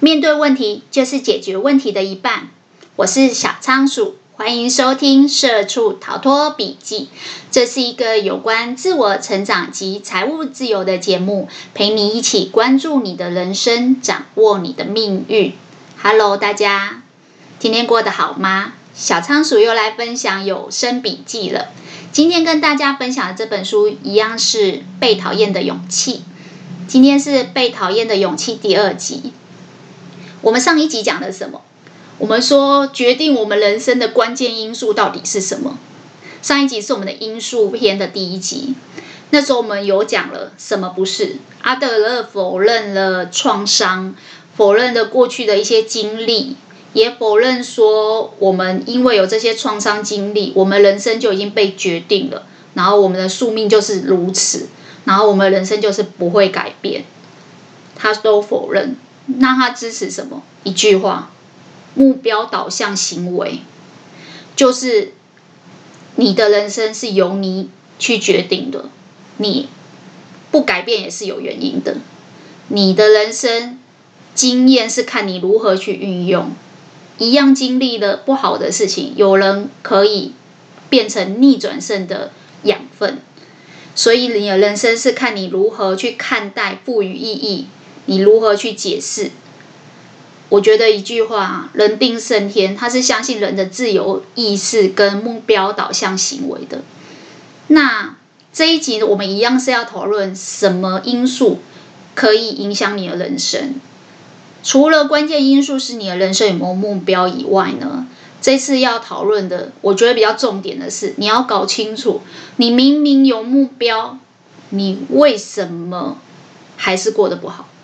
面对问题就是解决问题的一半。我是小仓鼠，欢迎收听社畜逃脱笔记。这是一个有关自我成长及财务自由的节目，陪你一起关注你的人生，掌握你的命运。Hello， 大家，今天过得好吗？小仓鼠又来分享有声笔记了。今天跟大家分享的这本书一样是《被讨厌的勇气》。今天是《被讨厌的勇气》第2集。我们上一集讲了什么？我们说决定我们人生的关键因素到底是什么？上一集是我们的因素篇的第1集，那时候我们有讲了什么不是。阿德勒否认了创伤，否认了过去的一些经历，也否认说我们因为有这些创伤经历，我们人生就已经被决定了，然后我们的宿命就是如此，然后我们人生就是不会改变，他都否认。那他支持什么？一句话：目标导向行为，就是你的人生是由你去决定的，你不改变也是有原因的。你的人生经验是看你如何去运用，一样经历了不好的事情，有人可以变成逆转胜的养分，所以你的人生是看你如何去看待，赋予意义，你如何去解释。我觉得一句话，人定胜天，他是相信人的自由意识跟目标导向行为的。那这一集我们一样是要讨论什么因素可以影响你的人生。除了关键因素是你的人生有没有目标以外呢，这次要讨论的我觉得比较重点的是，你要搞清楚，你明明有目标，你为什么还是过得不好？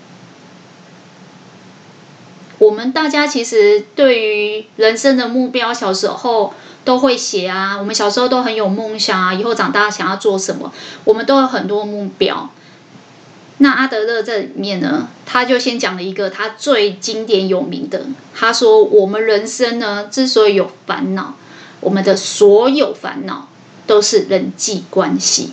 我们大家其实对于人生的目标，小时候都会写啊，我们小时候都很有梦想啊，以后长大想要做什么，我们都有很多目标。那阿德勒这里面呢，他就先讲了一个他最经典有名的，他说我们人生呢之所以有烦恼，我们的所有烦恼都是人际关系。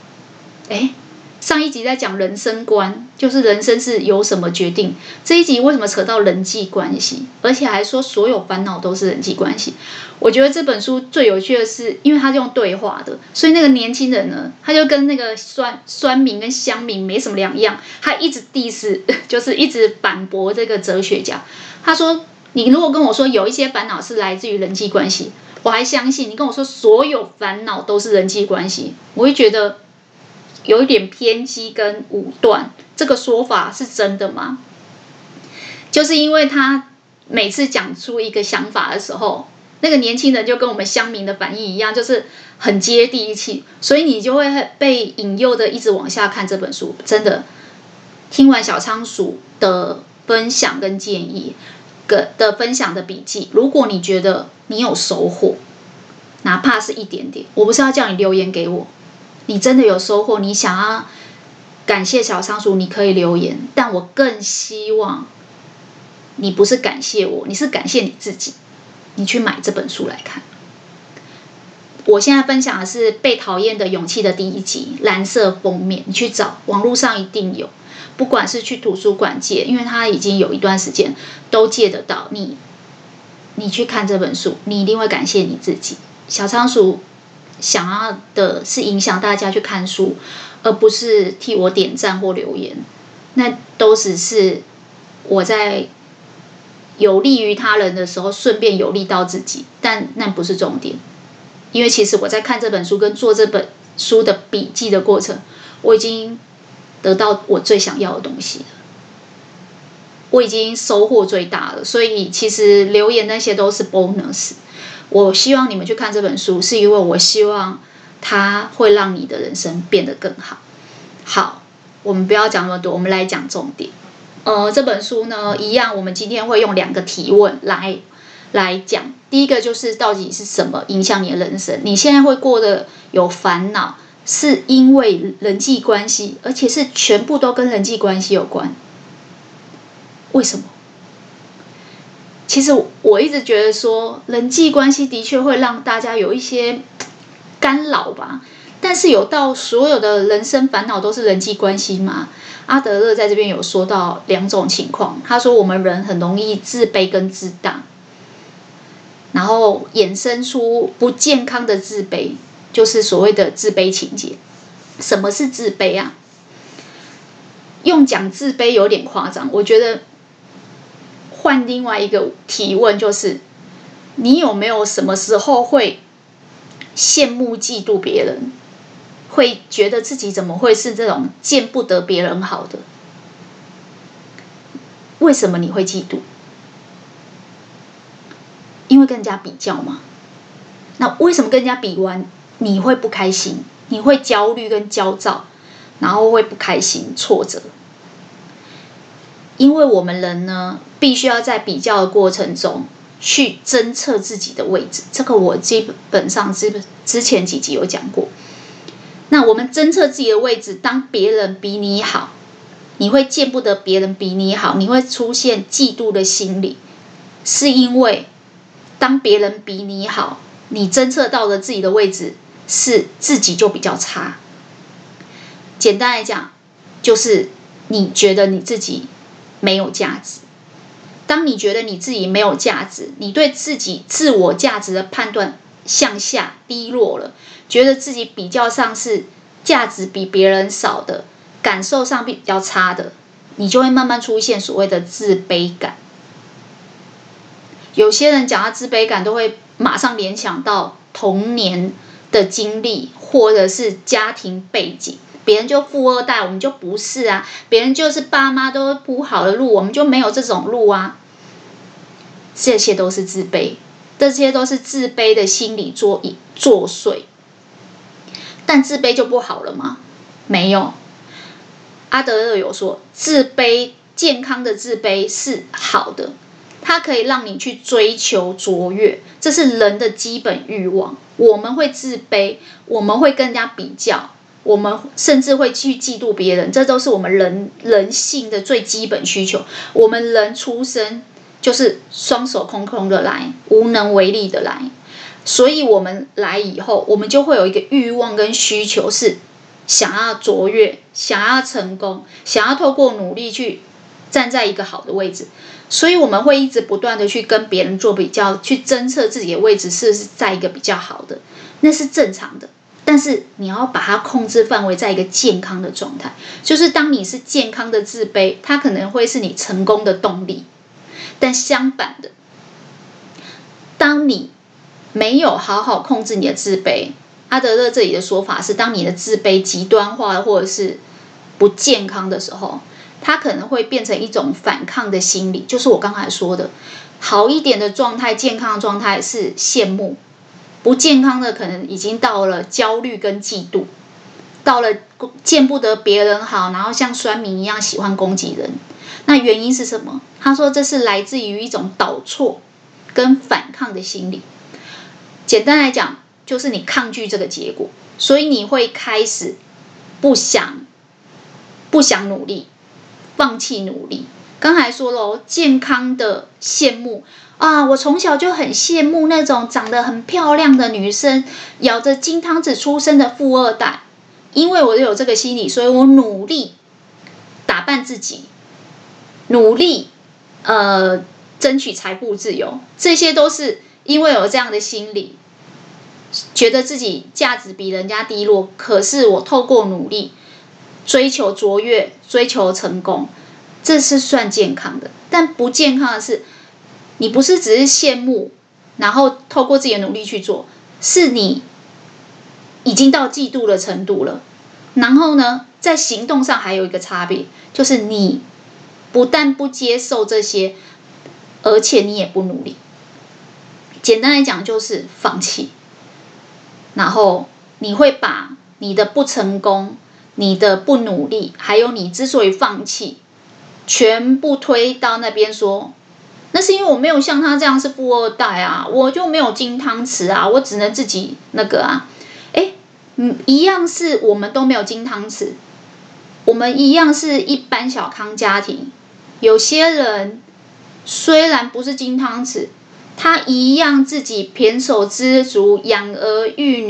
上一集在讲人生观，就是人生是由什么决定。这一集为什么扯到人际关系，而且还说所有烦恼都是人际关系？我觉得这本书最有趣的是，因为他是用对话的，所以那个年轻人呢，他就跟那个酸民跟乡民没什么两样，他一直 diss， 就是一直反驳这个哲学家。他说：“你如果跟我说有一些烦恼是来自于人际关系，我还相信；你跟我说所有烦恼都是人际关系，我会觉得有一点偏激跟武断，这个说法是真的吗？”就是因为他每次讲出一个想法的时候，那个年轻人就跟我们乡民的反应一样，就是很接地气，所以你就会被引诱的一直往下看这本书。真的，听完小仓鼠的分享跟建议的分享的笔记，如果你觉得你有收获，哪怕是一点点，我不是要叫你留言给我，你真的有收获，你想要感谢小仓鼠，你可以留言，但我更希望你不是感谢我，你是感谢你自己，你去买这本书来看。我现在分享的是《被讨厌的勇气》的第1集，蓝色封面，你去找，网络上一定有，不管是去图书馆借，因为它已经有一段时间都借得到，你去看这本书，你一定会感谢你自己。小仓鼠想要的是影响大家去看书，而不是替我点赞或留言，那都只是我在有利于他人的时候顺便有利到自己，但那不是重点。因为其实我在看这本书跟做这本书的笔记的过程，我已经得到我最想要的东西了，我已经收获最大了，所以其实留言那些都是 bonus。我希望你们去看这本书，是因为我希望它会让你的人生变得更好。好，我们不要讲那么多，我们来讲重点。这本书呢，一样，我们今天会用2个提问来讲。第一个就是到底是什么影响你的人生？你现在会过得有烦恼，是因为人际关系，而且是全部都跟人际关系有关。为什么？其实我一直觉得说，人际关系的确会让大家有一些干扰吧。 但是有到所有的人生烦恼都是人际关系吗？阿德勒在这边有说到2种情况，他说我们人很容易自卑跟自大，然后衍生出不健康的自卑，就是所谓的自卑情结。什么是自卑啊？用讲自卑有点夸张，我觉得换另外一个提问，就是你有没有什么时候会羡慕嫉妒别人，会觉得自己怎么会是这种见不得别人好的？为什么你会嫉妒？因为跟人家比较嘛。那为什么跟人家比完你会不开心？你会焦虑跟焦躁，然后会不开心、挫折。因为我们人呢，必须要在比较的过程中去侦测自己的位置，这个我基本上之前几集有讲过。那我们侦测自己的位置，当别人比你好，你会见不得别人比你好，你会出现嫉妒的心理，是因为当别人比你好，你侦测到的自己的位置是自己就比较差。简单来讲，就是你觉得你自己没有价值。当你觉得你自己没有价值，你对自己自我价值的判断向下低落了，觉得自己比较上是价值比别人少的，感受上比较差的，你就会慢慢出现所谓的自卑感。有些人讲到自卑感，都会马上联想到童年的经历，或者是家庭背景。别人就富二代，我们就不是啊；别人就是爸妈都铺好的路，我们就没有这种路啊。这些都是自卑，这些都是自卑的心理作祟。但自卑就不好了吗？没有。阿德勒有说，健康的自卑是好的，它可以让你去追求卓越，这是人的基本欲望。我们会自卑，我们会跟人家比较，我们甚至会去嫉妒别人，这都是我们人性的最基本需求。我们人出生就是双手空空的来，无能为力的来，所以我们来以后，我们就会有一个欲望跟需求，是想要卓越，想要成功，想要透过努力去站在一个好的位置。所以我们会一直不断的去跟别人做比较，去侦测自己的位置是不是在一个比较好的，那是正常的。但是你要把它控制范围在一个健康的状态，就是当你是健康的自卑，它可能会是你成功的动力。但相反的，当你没有好好控制你的自卑，阿德勒这里的说法是，当你的自卑极端化或者是不健康的时候，它可能会变成一种反抗的心理，就是我刚才说的，好一点的状态，健康的状态是羡慕，不健康的可能已经到了焦虑跟嫉妒，到了见不得别人好，然后像酸民一样喜欢攻击人。那原因是什么？他说这是来自于一种倒错跟反抗的心理。简单来讲，就是你抗拒这个结果，所以你会开始不想努力，放弃努力。刚才说了，健康的羡慕啊，我从小就很羡慕那种长得很漂亮的女生，咬着金汤匙出生的富二代。因为我有这个心理，所以我努力打扮自己，努力争取财富自由，这些都是因为有这样的心理，觉得自己价值比人家低落，可是我透过努力追求卓越，追求成功，这是算健康的。但不健康的是，你不是只是羡慕，然后透过自己的努力去做，是你已经到嫉妒的程度了。然后呢，在行动上还有一个差别，就是你不但不接受这些，而且你也不努力。简单来讲就是放弃。然后你会把你的不成功，你的不努力，还有你之所以放弃，全部推到那边说，那是因为我没有像他这样是富二代啊，我就没有金汤匙啊，我只能自己那个啊。一样是我们都没有金汤匙，我们一样是一般小康家庭。有些人虽然不是金汤匙，他一样自己胼手胝足，养儿育女，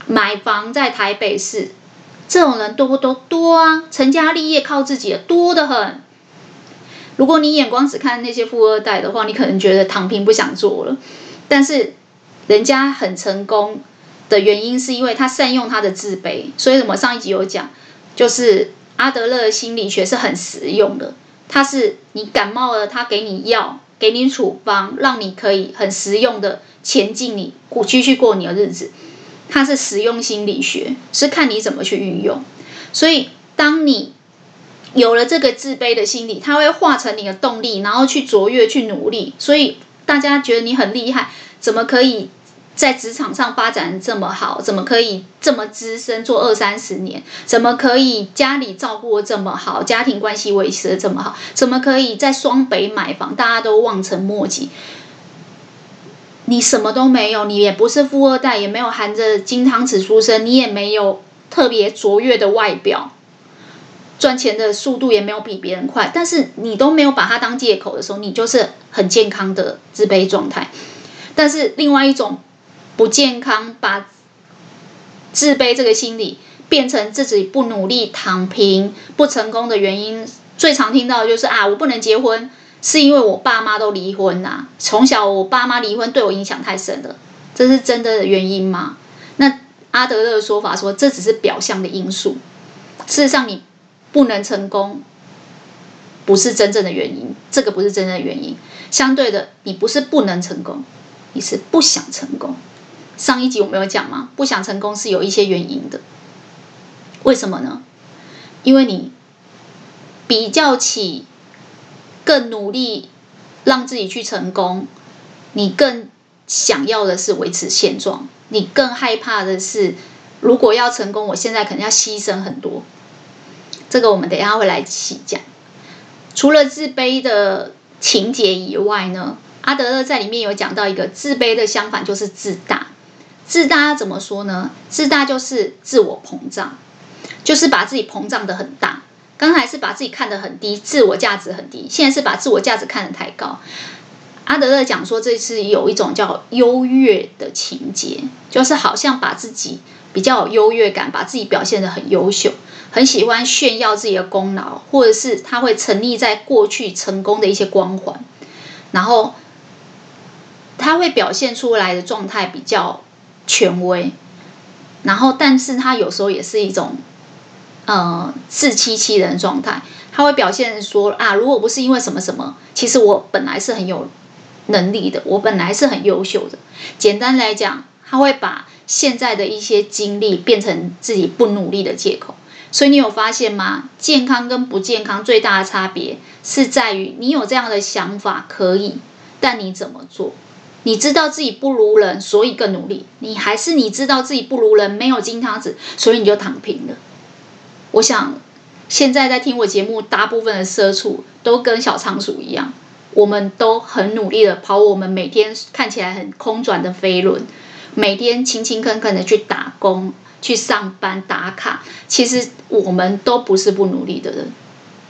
买房在台北市，这种人多不多？多啊，成家立业靠自己的多得很。如果你眼光只看那些富二代的话，你可能觉得躺平不想做了。但是人家很成功的原因是因为他善用他的自卑，所以我们上一集有讲，就是阿德勒的心理学是很实用的。他是你感冒了，他给你药，给你处方，让你可以很实用的前进你继续过你的日子。它是实用心理学，是看你怎么去运用。所以当你有了这个自卑的心理，它会化成你的动力，然后去卓越去努力。所以大家觉得你很厉害，怎么可以在职场上发展这么好？怎么可以这么资深，做20-30年？怎么可以家里照顾得这么好，家庭关系维持得这么好？怎么可以在双北买房？大家都望尘莫及。你什么都没有，你也不是富二代，也没有含着金汤匙出生，你也没有特别卓越的外表，赚钱的速度也没有比别人快，但是你都没有把它当借口的时候，你就是很健康的自卑状态。但是另外一种不健康，把自卑这个心理变成自己不努力、躺平、不成功的原因，最常听到的就是我不能结婚，是因为我爸妈都离婚啊，从小我爸妈离婚对我影响太深了，这是真的原因吗？那阿德勒的说法说，这只是表象的因素，事实上你不能成功不是真正的原因，这个不是真正的原因。相对的，你不是不能成功，你是不想成功。上一集我们有讲吗？不想成功是有一些原因的。为什么呢？因为你比较起更努力让自己去成功，你更想要的是维持现状，你更害怕的是如果要成功，我现在可能要牺牲很多。这个我们等一下会来细讲。除了自卑的情节以外呢，阿德勒在里面有讲到一个自卑的相反就是自大。自大怎么说呢？自大就是自我膨胀，就是把自己膨胀得很大。刚才是把自己看得很低，自我价值很低，现在是把自我价值看得太高。阿德勒讲说，这是有一种叫优越的情节，就是好像把自己比较有优越感，把自己表现得很优秀，很喜欢炫耀自己的功劳，或者是他会沉溺在过去成功的一些光环，然后他会表现出来的状态比较权威，然后但是他有时候也是一种自欺欺人的状态。他会表现说如果不是因为什么什么，其实我本来是很有能力的，我本来是很优秀的。简单来讲，他会把现在的一些经历变成自己不努力的借口。所以你有发现吗？健康跟不健康最大的差别是在于你有这样的想法可以，但你怎么做？你知道自己不如人，所以更努力；还是你知道自己不如人，没有金汤匙，所以你就躺平了。我想现在在听我节目大部分的社畜都跟小仓鼠一样，我们都很努力的跑我们每天看起来很空转的飞轮，每天勤勤恳恳的去打工、去上班打卡，其实我们都不是不努力的人。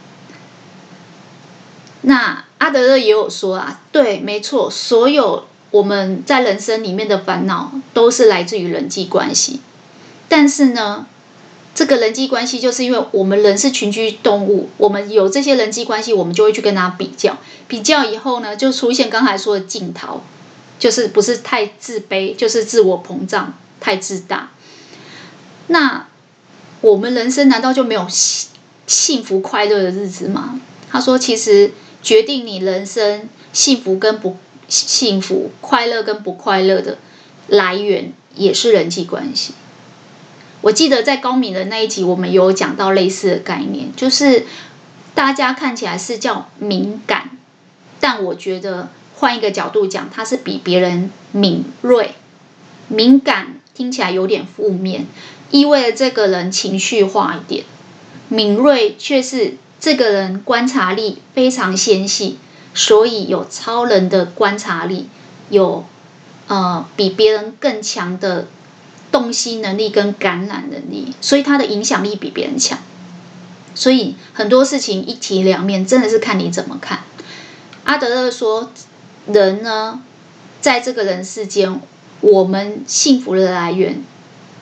那阿德勒也有说对，没错，所有我们在人生里面的烦恼都是来自于人际关系。但是呢，这个人际关系就是因为我们人是群居动物，我们有这些人际关系，我们就会去跟他比较，比较以后呢，就出现刚才说的镜头，就是不是太自卑，就是自我膨胀，太自大。那我们人生难道就没有幸福快乐的日子吗？他说，其实决定你人生幸福跟不幸福、快乐跟不快乐的来源也是人际关系。我记得在高敏人那一集，我们有讲到类似的概念，就是大家看起来是叫敏感，但我觉得换一个角度讲，它是比别人敏锐。敏感听起来有点负面，意味着这个人情绪化一点；敏锐却是这个人观察力非常纤细，所以有超人的观察力，有比别人更强的洞悉能力跟感染能力，所以他的影响力比别人强。所以很多事情一体两面，真的是看你怎么看。阿德勒说，人呢，在这个人世间，我们幸福的来源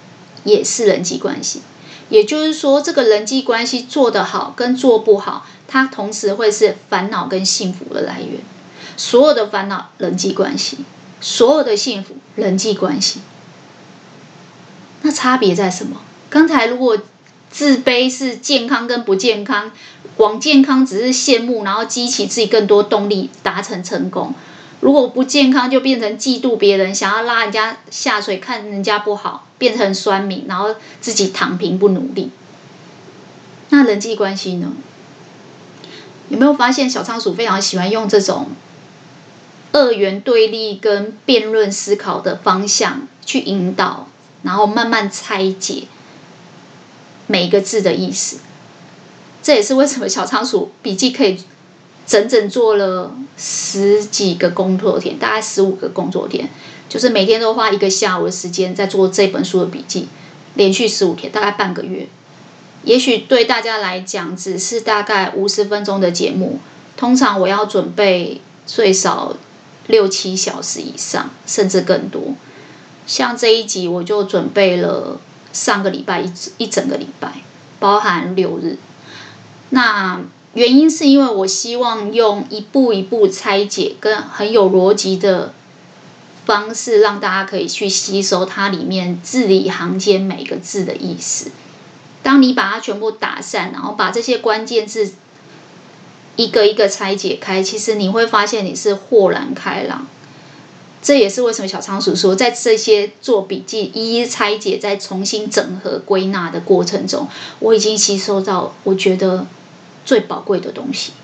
也是人际关系。也就是说，这个人际关系做得好跟做不好，它同时会是烦恼跟幸福的来源。所有的烦恼人际关系，所有的幸福人际关系。那差别在什么？刚才如果自卑是健康跟不健康，往健康只是羡慕，然后激起自己更多动力达成成功。如果不健康就变成嫉妒别人，想要拉人家下水，看人家不好，变成酸民，然后自己躺平不努力。那人际关系呢？有没有发现小仓鼠非常喜欢用这种二元对立跟辩论思考的方向去引导，然后慢慢拆解每一个字的意思。这也是为什么小仓鼠笔记可以整整做了10几个工作天，大概15个工作天，就是每天都花1个下午的时间在做这本书的笔记，连续15天，大概半个月。也许对大家来讲只是大概50分钟的节目，通常我要准备最少6、7小时以上，甚至更多。像这一集我就准备了上个礼拜一整个礼拜，包含6日。那原因是因为我希望用一步一步拆解跟很有逻辑的方式，让大家可以去吸收它里面字里行间每个字的意思。当你把它全部打散，然后把这些关键字一个一个拆解开，其实你会发现你是豁然开朗。这也是为什么小仓鼠说，在这些做笔记一一拆解再重新整合归纳的过程中，我已经吸收到我觉得最宝贵的东西。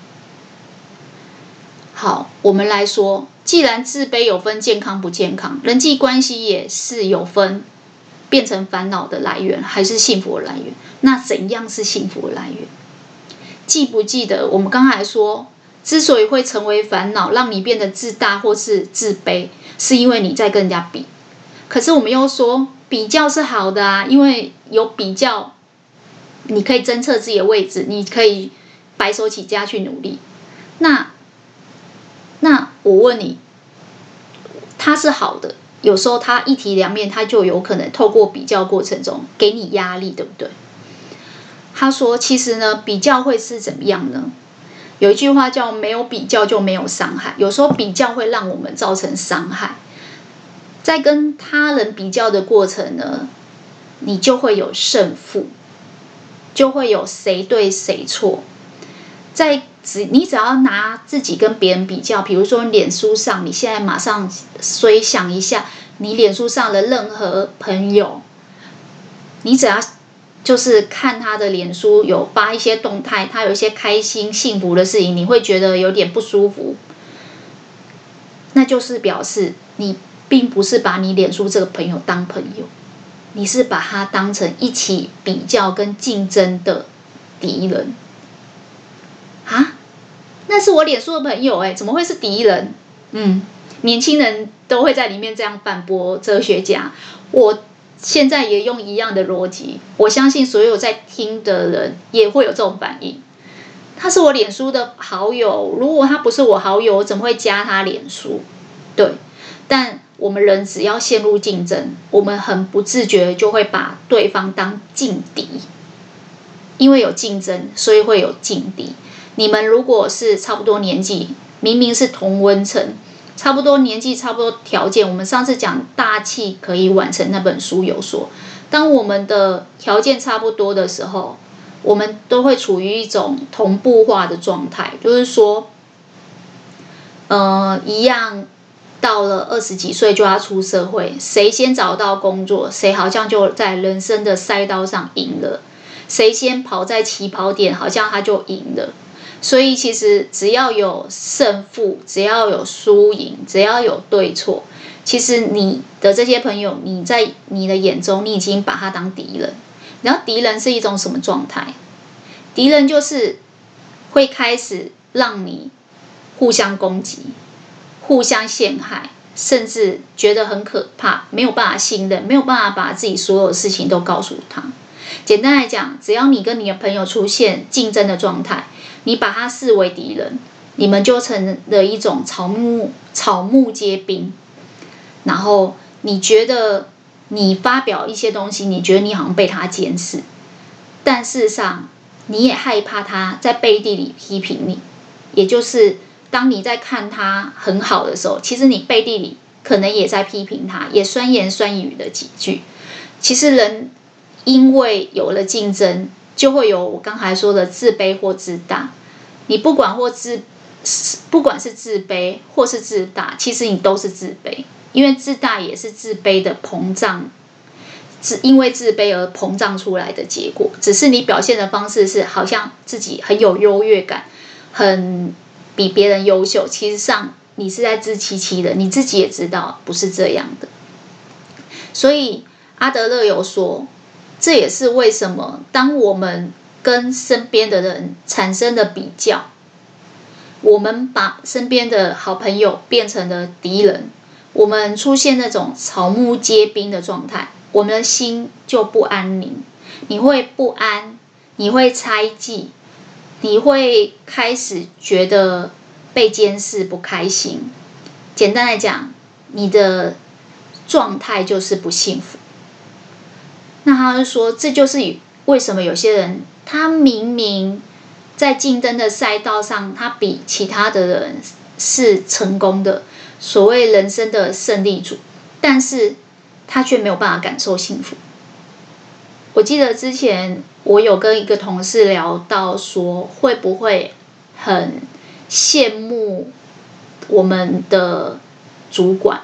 好，我们来说，既然自卑有分健康不健康，人际关系也是有分变成烦恼的来源还是幸福的来源。那怎样是幸福的来源？记不记得我们刚才说，之所以会成为烦恼，让你变得自大或是自卑，是因为你在跟人家比。可是我们又说比较是好的啊，因为有比较你可以侦测自己的位置，你可以白手起家去努力。那我问你，它是好的，有时候它一体两面，它就有可能透过比较过程中给你压力，对不对？他说其实呢，比较会是怎么样呢？有一句话叫没有比较就没有伤害，有时候比较会让我们造成伤害。在跟他人比较的过程呢，你就会有胜负，就会有谁对谁错。你只要拿自己跟别人比较，比如说脸书上，你现在马上回想一下，你脸书上的任何朋友，你只要就是看他的脸书有发一些动态，他有一些开心幸福的事情，你会觉得有点不舒服，那就是表示你并不是把你脸书这个朋友当朋友，你是把他当成一起比较跟竞争的敌人啊。那是我脸书的朋友怎么会是敌人？年轻人都会在里面这样反驳哲学家。我现在也用一样的逻辑，我相信所有在听的人也会有这种反应。他是我脸书的好友，如果他不是我好友，我怎么会加他脸书？对，但我们人只要陷入竞争，我们很不自觉就会把对方当劲敌，因为有竞争，所以会有劲敌。你们如果是差不多年纪，明明是同温层，差不多年纪，差不多条件，我们上次讲大器可以晚成那本书有说，当我们的条件差不多的时候，我们都会处于一种同步化的状态，就是说一样到了20几岁就要出社会，谁先找到工作，谁好像就在人生的赛道上赢了，谁先跑在起跑点，好像他就赢了。所以其实只要有胜负，只要有输赢，只要有对错，其实你的这些朋友，你在你的眼中，你已经把他当敌人。然后敌人是一种什么状态？敌人就是会开始让你互相攻击，互相陷害，甚至觉得很可怕，没有办法信任，没有办法把自己所有事情都告诉他。简单来讲，只要你跟你的朋友出现竞争的状态，你把他视为敌人，你们就成了一种草木皆兵。然后你觉得你发表一些东西，你觉得你好像被他监视，但事实上你也害怕他在背地里批评你，也就是当你在看他很好的时候，其实你背地里可能也在批评他，也酸言酸语的几句。其实人因为有了竞争，就会有我刚才说的自卑或自大。你不管是自卑或是自大，其实你都是自卑，因为自大也是自卑的膨胀，因为自卑而膨胀出来的结果。只是你表现的方式是好像自己很有优越感，很比别人优秀，其实上你是在自欺欺人，你自己也知道不是这样的。所以阿德勒有说，这也是为什么当我们跟身边的人产生了比较，我们把身边的好朋友变成了敌人，我们出现那种草木皆兵的状态，我们的心就不安宁。你会不安，你会猜忌，你会开始觉得被监视不开心。简单来讲，你的状态就是不幸福。那他就说，这就是为什么有些人他明明在竞争的赛道上，他比其他的人是成功的，所谓人生的胜利组，但是他却没有办法感受幸福。我记得之前我有跟一个同事聊到说，会不会很羡慕我们的主管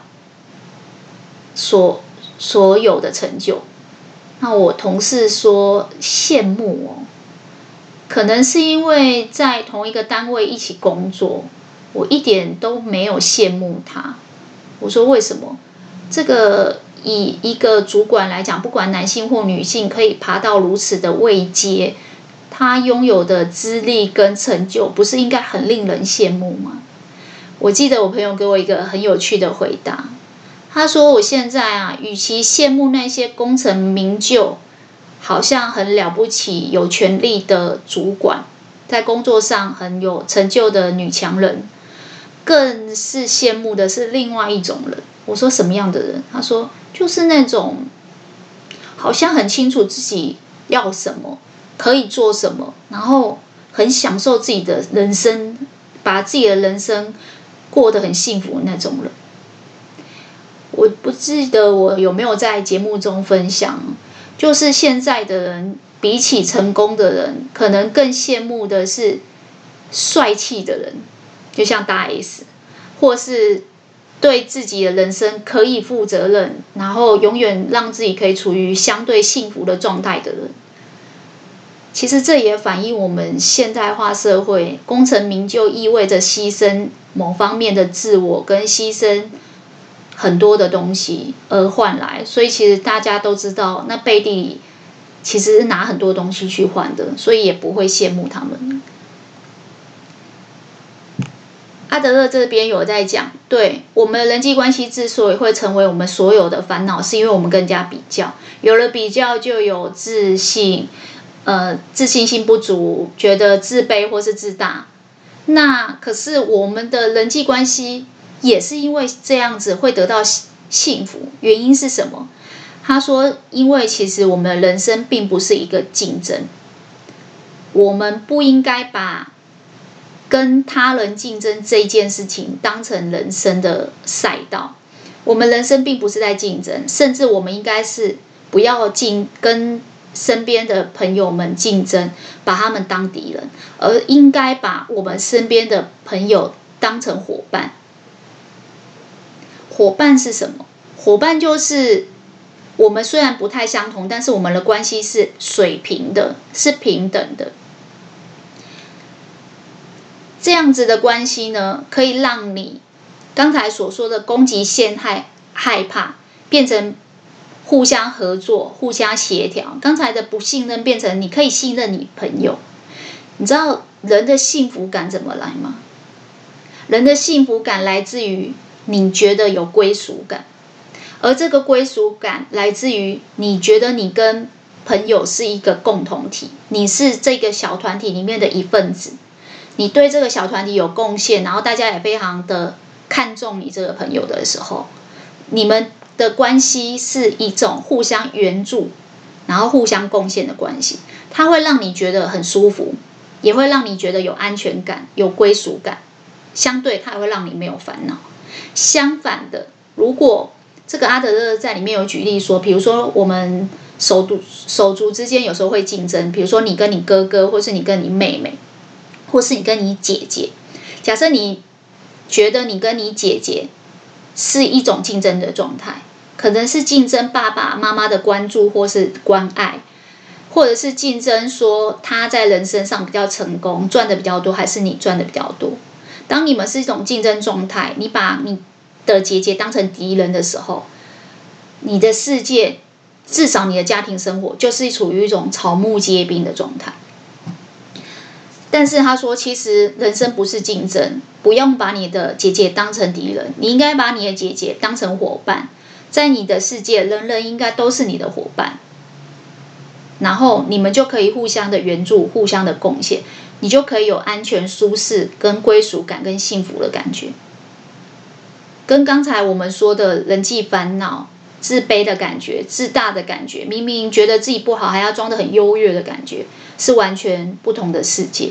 所有的成就？那我同事说羡慕哦，可能是因为在同一个单位一起工作，我一点都没有羡慕他。我说为什么？这个以一个主管来讲，不管男性或女性，可以爬到如此的位阶，他拥有的资历跟成就，不是应该很令人羡慕吗？我记得我朋友给我一个很有趣的回答，他说我现在啊，与其羡慕那些功成名就，好像很了不起、有权力的主管，在工作上很有成就的女强人，更是羡慕的是另外一种人。我说什么样的人？他说就是那种好像很清楚自己要什么，可以做什么，然后很享受自己的人生，把自己的人生过得很幸福的那种人。我不记得我有没有在节目中分享，就是现在的人比起成功的人，可能更羡慕的是帅气的人，就像大 S， 或是对自己的人生可以负责任，然后永远让自己可以处于相对幸福的状态的人。其实这也反映我们现代化社会，功成名就意味着牺牲某方面的自我，跟牺牲很多的东西而换来，所以其实大家都知道，那背地里其实是拿很多东西去换的，所以也不会羡慕他们。阿德勒这边有在讲，对，我们的人际关系之所以会成为我们所有的烦恼，是因为我们更加比较，有了比较就有自信心不足，觉得自卑或是自大。那可是我们的人际关系也是因为这样子会得到幸福，原因是什么？他说，因为其实我们的人生并不是一个竞争，我们不应该把跟他人竞争这件事情当成人生的赛道。我们人生并不是在竞争，甚至我们应该是不要跟身边的朋友们竞争，把他们当敌人，而应该把我们身边的朋友当成伙伴。伙伴是什么？伙伴就是我们虽然不太相同，但是我们的关系是水平的，是平等的。这样子的关系呢，可以让你刚才所说的攻击、陷害、害怕，变成互相合作、互相协调。刚才的不信任变成你可以信任你朋友。你知道人的幸福感怎么来吗？人的幸福感来自于你觉得有归属感，而这个归属感来自于你觉得你跟朋友是一个共同体，你是这个小团体里面的一份子。你对这个小团体有贡献，然后大家也非常的看重你这个朋友的时候，你们的关系是一种互相援助，然后互相贡献的关系，它会让你觉得很舒服，也会让你觉得有安全感、有归属感。相对，它也会让你没有烦恼。相反的，如果这个阿德勒在里面有举例说，比如说我们手足之间有时候会竞争，比如说你跟你哥哥，或是你跟你妹妹，或是你跟你姐姐。假设你觉得你跟你姐姐是一种竞争的状态，可能是竞争爸爸妈妈的关注或是关爱，或者是竞争说他在人生上比较成功，赚的比较多，还是你赚的比较多。当你们是一种竞争状态，你把你的姐姐当成敌人的时候，你的世界，至少你的家庭生活就是处于一种草木皆兵的状态。但是他说，其实人生不是竞争，不用把你的姐姐当成敌人，你应该把你的姐姐当成伙伴。在你的世界，人人应该都是你的伙伴，然后你们就可以互相的援助，互相的贡献，你就可以有安全、舒适、跟归属感、跟幸福的感觉。跟刚才我们说的人际烦恼、自卑的感觉、自大的感觉，明明觉得自己不好，还要装得很优越的感觉，是完全不同的世界。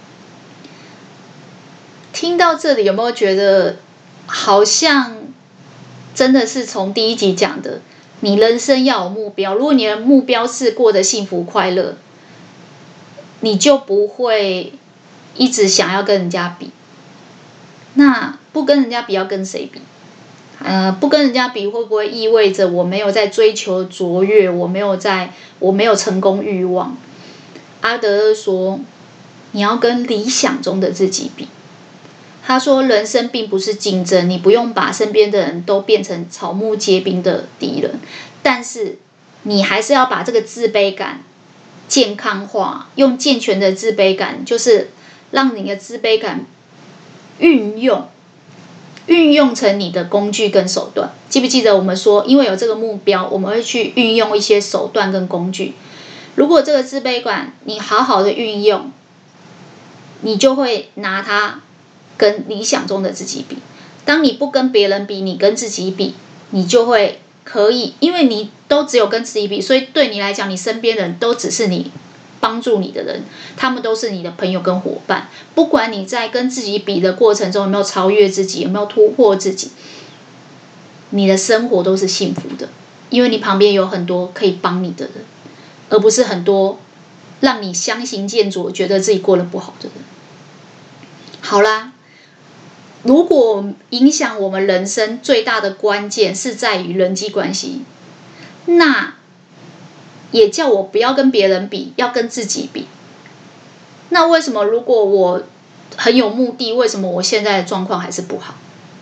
听到这里，有没有觉得好像真的是从第一集讲的，你人生要有目标，如果你的目标是过得幸福快乐，你就不会一直想要跟人家比。那不跟人家比，要跟谁比？不跟人家比，会不会意味着我没有在追求卓越，我没有成功欲望？阿德勒说，你要跟理想中的自己比。他说，人生并不是竞争，你不用把身边的人都变成草木皆兵的敌人，但是你还是要把这个自卑感健康化，用健全的自卑感，就是让你的自卑感运用成你的工具跟手段。记不记得我们说，因为有这个目标，我们会去运用一些手段跟工具。如果这个自卑感你好好的运用，你就会拿它跟理想中的自己比。当你不跟别人比，你跟自己比，你就会可以，因为你都只有跟自己比，所以对你来讲，你身边人都只是你帮助你的人，他们都是你的朋友跟伙伴。不管你在跟自己比的过程中有没有超越自己，有没有突破自己，你的生活都是幸福的，因为你旁边有很多可以帮你的人，而不是很多让你相形见绌，觉得自己过得不好的人。好啦，如果影响我们人生最大的关键是在于人际关系，那也叫我不要跟别人比，要跟自己比。那为什么如果我很有目的，为什么我现在的状况还是不好？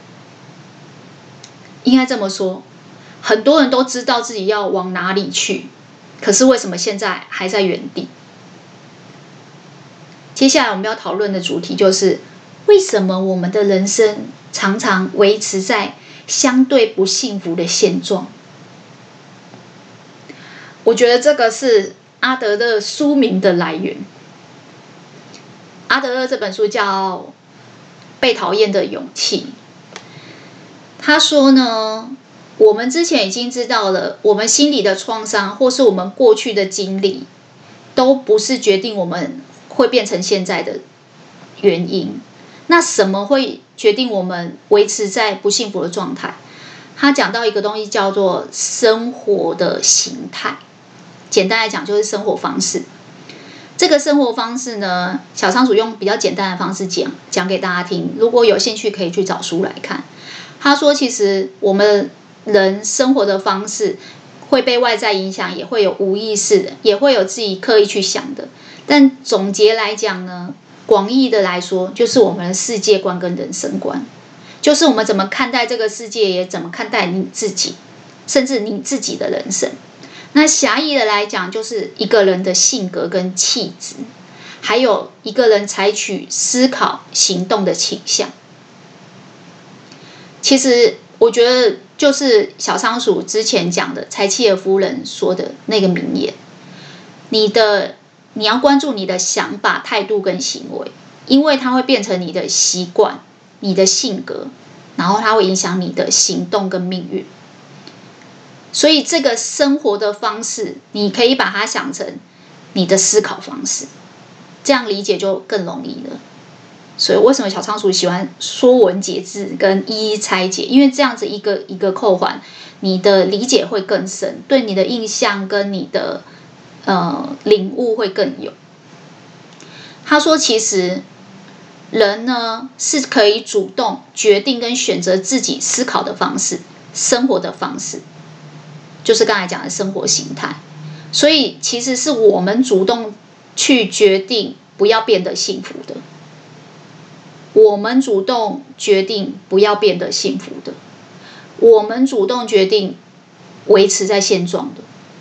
应该这么说，很多人都知道自己要往哪里去，可是为什么现在还在原地？接下来我们要讨论的主题就是，为什么我们的人生常常维持在相对不幸福的现状？我觉得这个是阿德勒书名的来源。阿德勒这本书叫《被讨厌的勇气》。他说呢，我们之前已经知道了，我们心里的创伤或是我们过去的经历，都不是决定我们会变成现在的原因。那什么会决定我们维持在不幸福的状态？他讲到一个东西叫做生活的形态，简单来讲就是生活方式。这个生活方式呢，小仓鼠用比较简单的方式讲给大家听，如果有兴趣可以去找书来看。他说，其实我们人生活的方式会被外在影响，也会有无意识的，也会有自己刻意去想的。但总结来讲呢，广义的来说，就是我们的世界观跟人生观，就是我们怎么看待这个世界，也怎么看待你自己，甚至你自己的人生。那狭义的来讲，就是一个人的性格跟气质，还有一个人采取思考、行动的倾向。其实我觉得就是小仓鼠之前讲的柴契尔夫人说的那个名言，你要关注你的想法、态度跟行为，因为它会变成你的习惯、你的性格，然后它会影响你的行动跟命运。 所以这个生活的方式，你可以把它想成你的思考方式，这样理解就更容易了。所以为什么小仓鼠喜欢说文解字跟一一拆解？因为这样子一个一个扣环，你的理解会更深，对你的印象跟你的领悟会更有。他说，其实人呢是可以主动决定跟选择自己思考的方式、生活的方式，就是刚才讲的生活形态。所以其实是我们主动去决定不要变得幸福的。我们主动决定不要变得幸福的，我们主动决定维持在现状的。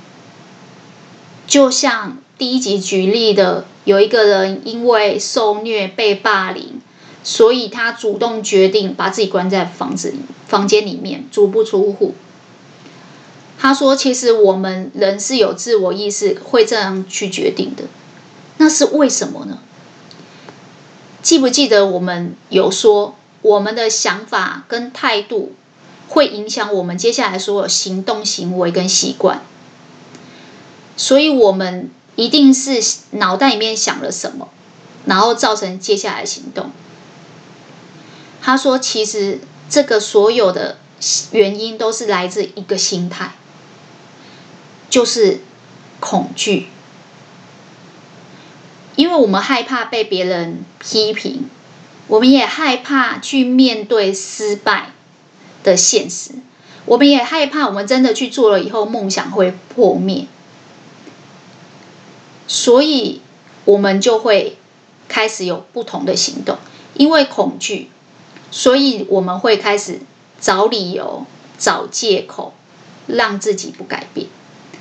就像第一集举例的，有一个人因为受虐被霸凌，所以他主动决定把自己关在房间里面，足不出户。他说，其实我们人是有自我意识，会这样去决定的。那是为什么呢？记不记得我们有说，我们的想法跟态度会影响我们接下来所有行动、行为跟习惯，所以我们一定是脑袋里面想了什么，然后造成接下来行动。他说，其实这个所有的原因都是来自一个心态，就是恐惧。因为我们害怕被别人批评，我们也害怕去面对失败的现实，我们也害怕我们真的去做了以后梦想会破灭，所以我们就会开始有不同的行动。因为恐惧，所以我们会开始找理由、找借口，让自己不改变。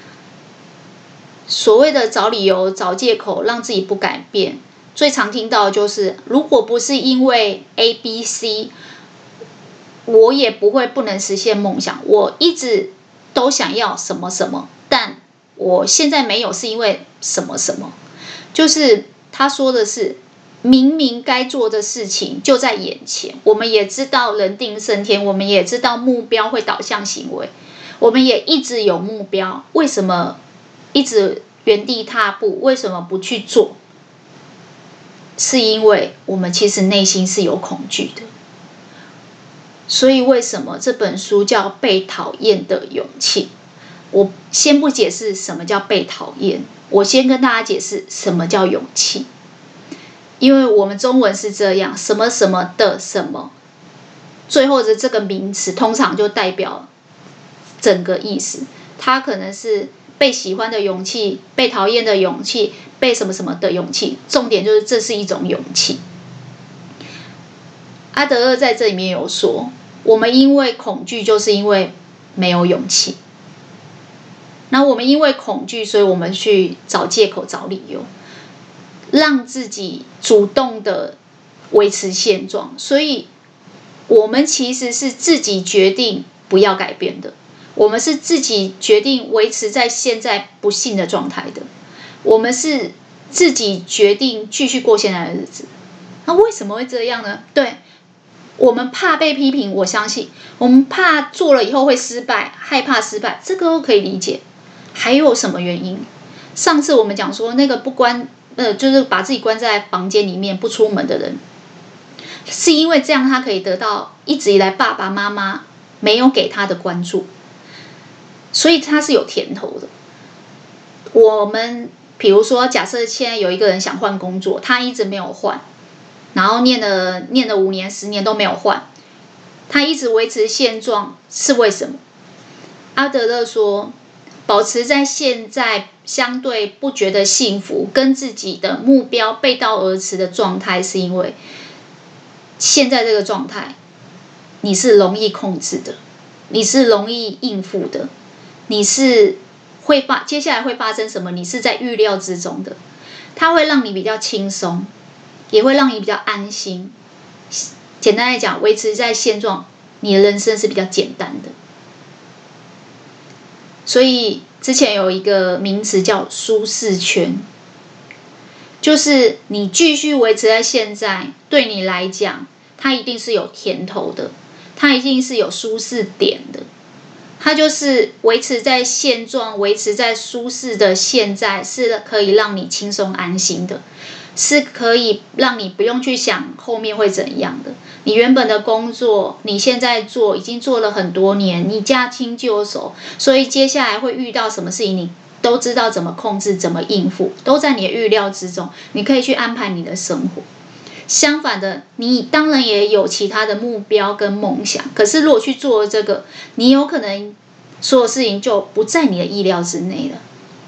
所谓的找理由、找借口让自己不改变，最常听到的就是如果不是因为 A、B、C， 我也不会不能实现梦想。我一直都想要什么什么，但我现在没有是因为什么什么。就是他说的是，明明该做的事情就在眼前，我们也知道人定胜天，我们也知道目标会导向行为，我们也一直有目标，为什么一直原地踏步？为什么不去做？是因为我们其实内心是有恐惧的。所以为什么这本书叫《被讨厌的勇气》？我先不解释什么叫被讨厌，我先跟大家解释什么叫勇气。因为我们中文是这样，什么什么的什么，最后的这个名词通常就代表整个意思。它可能是被喜欢的勇气，被讨厌的勇气，被什么什么的勇气，重点就是这是一种勇气。阿德勒在这里面有说，我们因为恐惧，就是因为没有勇气。那我们因为恐惧，所以我们去找借口、找理由，让自己主动的维持现状。所以我们其实是自己决定不要改变的，我们是自己决定维持在现在不幸的状态的，我们是自己决定继续过现在的日子。那为什么会这样呢？对，我们怕被批评，我相信我们怕做了以后会失败，害怕失败，这个都可以理解。还有什么原因？上次我们讲说那个就是把自己关在房间里面不出门的人，是因为这样他可以得到一直以来爸爸妈妈没有给他的关注，所以他是有甜头的。我们比如说，假设现在有一个人想换工作，他一直没有换，然后念了5年、10年都没有换，他一直维持现状，是为什么？阿德勒说，保持在现在相对不觉得幸福，跟自己的目标背道而驰的状态，是因为现在这个状态你是容易控制的，你是容易应付的，你是接下来会发生什么，你是在预料之中的。它会让你比较轻松，也会让你比较安心。简单来讲，维持在现状，你的人生是比较简单的。所以之前有一个名词叫舒适圈，就是你继续维持在现在，对你来讲它一定是有甜头的，它一定是有舒适点的。 它就是维持在现状，维持在舒适的现在，是可以让你轻松安心的，是可以让你不用去想后面会怎样的。你原本的工作，你现在做已经做了很多年，你驾轻就熟，所以接下来会遇到什么事情，你都知道怎么控制，怎么应付，都在你的预料之中，你可以去安排你的生活。相反的，你当然也有其他的目标跟梦想，可是如果去做这个，你有可能所有事情就不在你的意料之内了，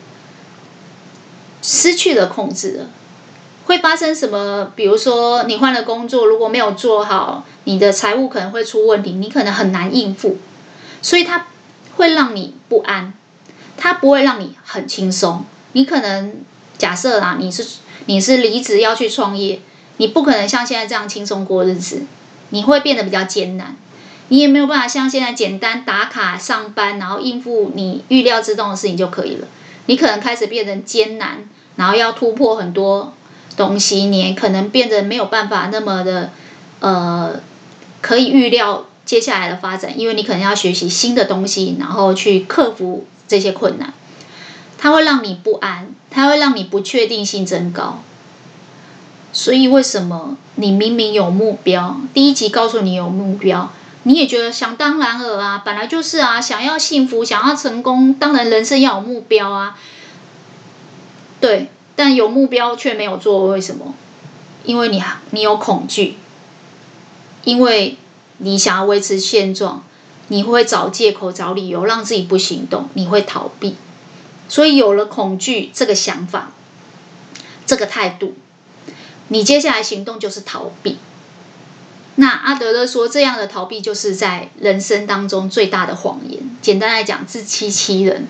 失去了控制了。会发生什么？比如说你换了工作，如果没有做好，你的财务可能会出问题，你可能很难应付，所以它会让你不安，它不会让你很轻松。你可能假设啦，你是离职要去创业，你不可能像现在这样轻松过日子，你会变得比较艰难。你也没有办法像现在简单打卡上班，然后应付你预料之中的事情就可以了。你可能开始变成艰难，然后要突破很多东西，你也可能变得没有办法那么的可以预料接下来的发展，因为你可能要学习新的东西，然后去克服这些困难。它会让你不安，它会让你不确定性增高。所以为什么你明明有目标，第一集告诉你有目标，你也觉得想当然尔啊，本来就是啊，想要幸福，想要成功，当然人生要有目标啊。对，但有目标却没有做，为什么？因为你有恐惧，因为你想要维持现状，你会找借口找理由让自己不行动，你会逃避。所以有了恐惧这个想法，这个态度，你接下来行动就是逃避。那阿德勒说，这样的逃避就是在人生当中最大的谎言。简单来讲，自欺欺人。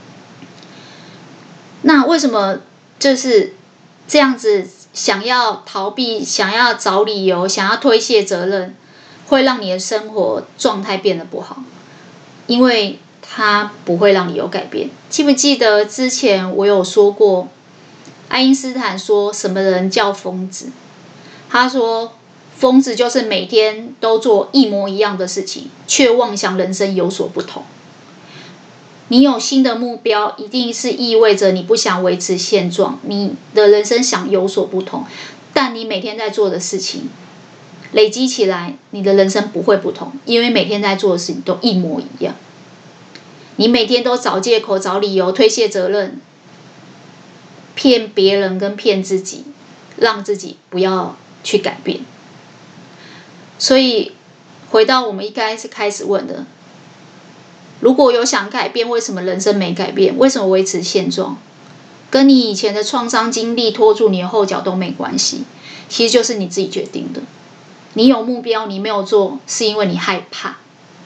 那为什么就是这样子想要逃避，想要找理由，想要推卸责任，会让你的生活状态变得不好？因为它不会让你有改变。记不记得之前我有说过，爱因斯坦说什么人叫疯子？他说疯子就是每天都做一模一样的事情，却妄想人生有所不同。你有新的目标，一定是意味着你不想维持现状，你的人生想有所不同。但你每天在做的事情累积起来，你的人生不会不同，因为每天在做的事情都一模一样。你每天都找借口、找理由、推卸责任，骗别人跟骗自己，让自己不要去改变。所以回到我们一开始问的，如果有想改变，为什么人生没改变？为什么维持现状？跟你以前的创伤经历拖住你的后脚都没关系，其实就是你自己决定的。你有目标，你没有做，是因为你害怕。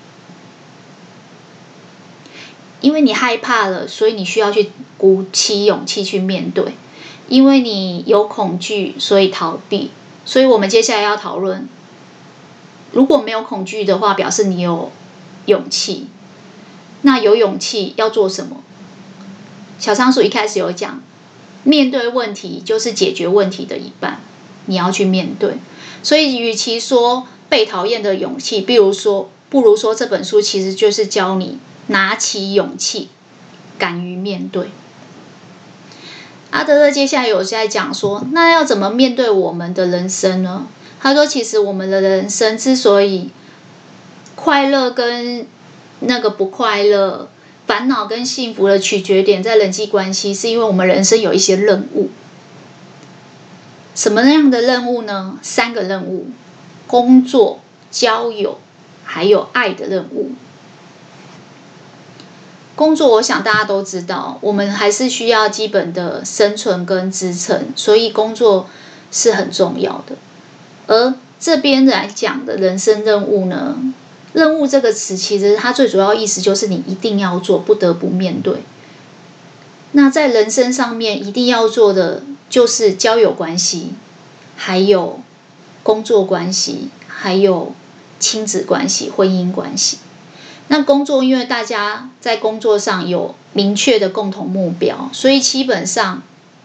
因为你害怕了，所以你需要去鼓起勇气去面对。因为你有恐惧，所以逃避。所以我们接下来要讨论，如果没有恐惧的话，表示你有勇气。那有勇气要做什么？小仓鼠一开始有讲，面对问题就是解决问题的一半，你要去面对。所以与其说被讨厌的勇气，不如说这本书其实就是教你拿起勇气，敢于面对。阿德勒接下来有在讲说，那要怎么面对我们的人生呢？他说，其实我们的人生之所以快乐跟那个不快乐，烦恼跟幸福的取决点在人际关系，是因为我们人生有一些任务。什么样的任务呢？3个任务：工作、交友，还有爱的任务。工作我想大家都知道，我们还是需要基本的生存跟支撑，所以工作是很重要的。而这边来讲的人生任务呢，任务这个词其实它最主要意思就是你一定要做，不得不面对。那在人生上面一定要做的就是交友关系，还有工作关系，还有亲子关系、婚姻关系。那工作因为大家在工作上有明确的共同目标，所以基本上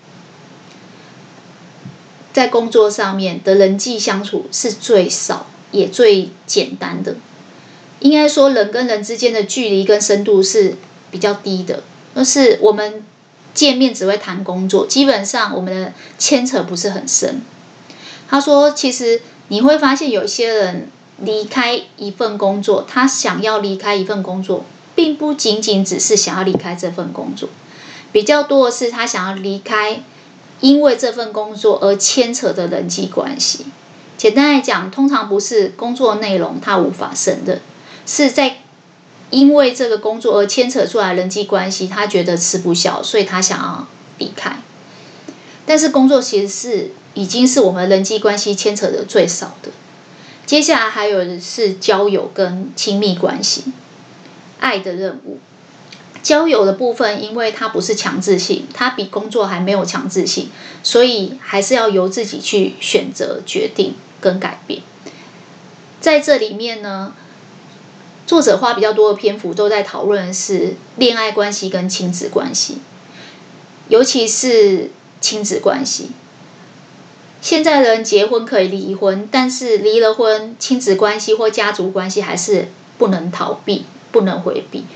在工作上面的人际相处是最少也最简单的。 应该说人跟人之间的距离跟深度是比较低的，就是我们见面只会谈工作，基本上我们的牵扯不是很深。他说，其实你会发现有一些人离开一份工作，他想要离开一份工作，并不仅仅只是想要离开这份工作，比较多的是他想要离开因为这份工作而牵扯的人际关系。简单来讲，通常不是工作内容他无法胜任，是在因为这个工作而牵扯出来的人际关系，他觉得吃不消，所以他想要离开。但是工作其实已经是我们人际关系牵扯的最少的。接下来还有的是交友跟亲密关系，爱的任务。交友的部分，因为它不是强制性，它比工作还没有强制性，所以还是要由自己去选择、决定跟改变。在这里面呢，作者花比较多的篇幅都在讨论的是恋爱关系跟亲子关系，尤其是亲子关系。现在人结婚可以离婚，但是离了婚，亲子关系或家族关系还是不能逃避、不能回避。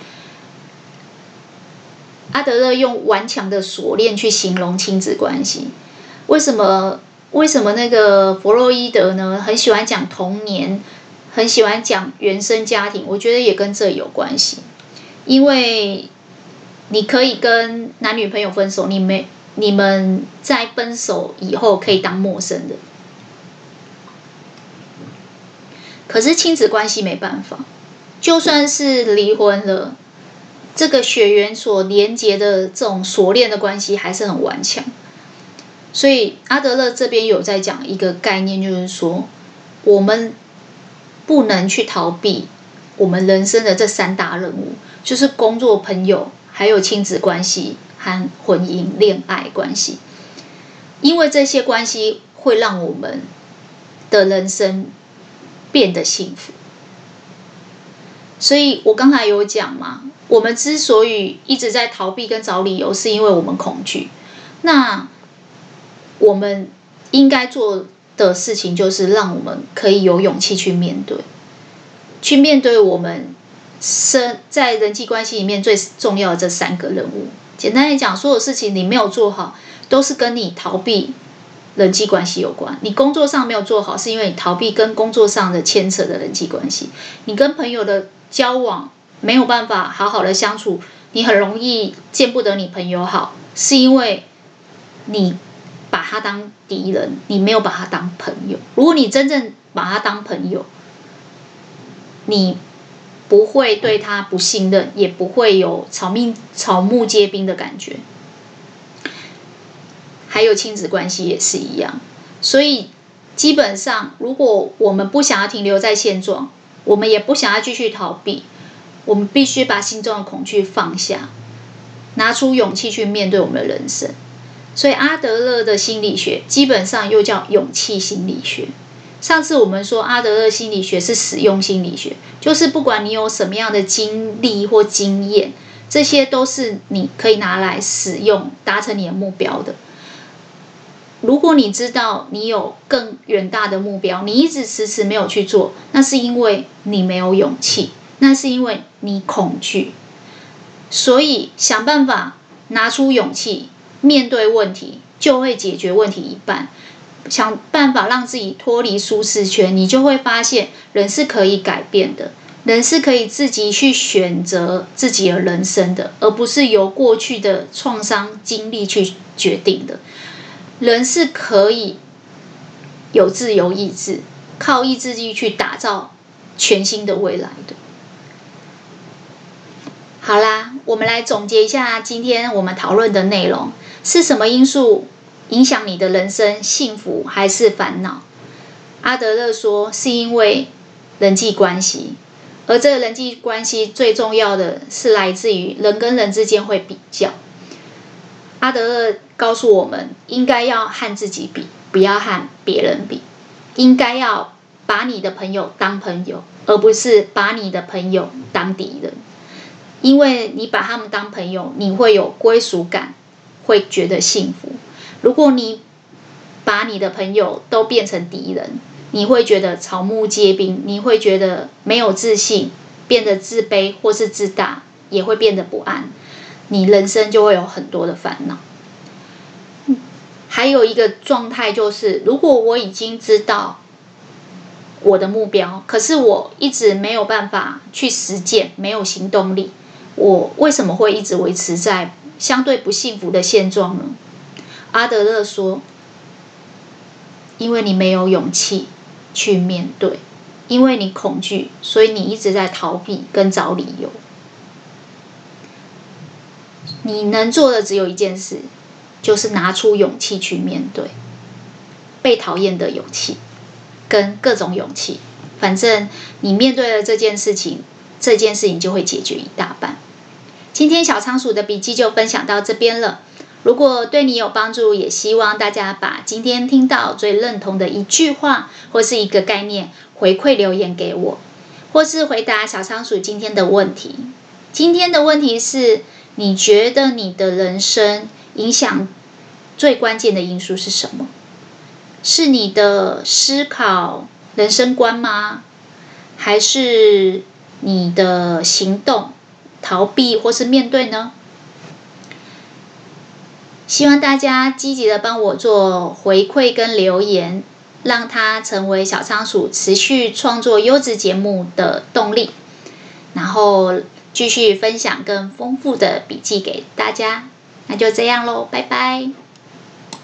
阿德勒用顽强的锁链去形容亲子关系。为什么那个弗洛伊德呢很喜欢讲童年，很喜欢讲原生家庭？我觉得也跟这有关系。因为你可以跟男女朋友分手，你们在分手以后可以当陌生人，可是亲子关系没办法，就算是离婚了，这个血缘所连结的这种锁链的关系还是很顽强。所以阿德勒这边有在讲一个概念，就是说我们不能去逃避我们人生的这三大任务，就是工作、朋友还有亲子关系和婚姻恋爱关系。因为这些关系会让我们的人生变得幸福。所以我刚才有讲嘛，我们之所以一直在逃避跟找理由，是因为我们恐惧。那我们应该做的事情就是让我们可以有勇气去面对我们在人际关系里面最重要的这三个任务。简单来讲，所有事情你没有做好，都是跟你逃避人际关系有关。你工作上没有做好，是因为你逃避跟工作上的牵扯的人际关系。你跟朋友的交往没有办法好好的相处，你很容易见不得你朋友好，是因为你把他当敌人，你没有把他当朋友。如果你真正把他当朋友，你不会对他不信任，也不会有草木皆兵的感觉。还有亲子关系也是一样。所以基本上，如果我们不想要停留在现状，我们也不想要继续逃避，我们必须把心中的恐惧放下，拿出勇气去面对我们的人生。所以阿德勒的心理学基本上又叫勇气心理学。上次我们说阿德勒心理学是使用心理学，就是不管你有什么样的经历或经验，这些都是你可以拿来使用，达成你的目标的。如果你知道你有更远大的目标，你一直迟迟没有去做，那是因为你没有勇气，那是因为你恐惧。所以想办法拿出勇气面对问题，就会解决问题一半。想办法让自己脱离舒适圈，你就会发现人是可以改变的，人是可以自己去选择自己的人生的，而不是由过去的创伤经历去决定的。人是可以有自由意志，靠意志力去打造全新的未来的。好啦，我们来总结一下今天我们讨论的内容。是什么因素影响你的人生，幸福还是烦恼？阿德勒说是因为人际关系，而这个人际关系最重要的是来自于人跟人之间会比较。阿德勒告诉我们，应该要和自己比，不要和别人比。应该要把你的朋友当朋友，而不是把你的朋友当敌人。因为你把他们当朋友，你会有归属感，会觉得幸福。如果你把你的朋友都变成敌人，你会觉得草木皆兵，你会觉得没有自信， 变得自卑或是自大，也会变得不安，你人生就会有很多的烦恼。还有一个状态就是，如果我已经知道我的目标，可是我一直没有办法去实践，没有行动力，我为什么会一直维持在相对不幸福的现状呢？阿德勒说，因为你没有勇气去面对，因为你恐惧，所以你一直在逃避跟找理由。你能做的只有一件事，就是拿出勇气去面对被讨厌的勇气跟各种勇气，反正你面对了这件事情，这件事情就会解决一大半。今天小仓鼠的笔记就分享到这边了，如果对你有帮助，也希望大家把今天听到最认同的一句话或是一个概念回馈留言给我，或是回答小仓鼠今天的问题。今天的问题是，你觉得你的人生影响最关键的因素是什么？是你的思考人生观吗？还是你的行动逃避或是面对呢？希望大家积极的帮我做回馈跟留言，让它成为小仓鼠持续创作优质节目的动力，然后继续分享更丰富的笔记给大家。那就这样咯，拜拜。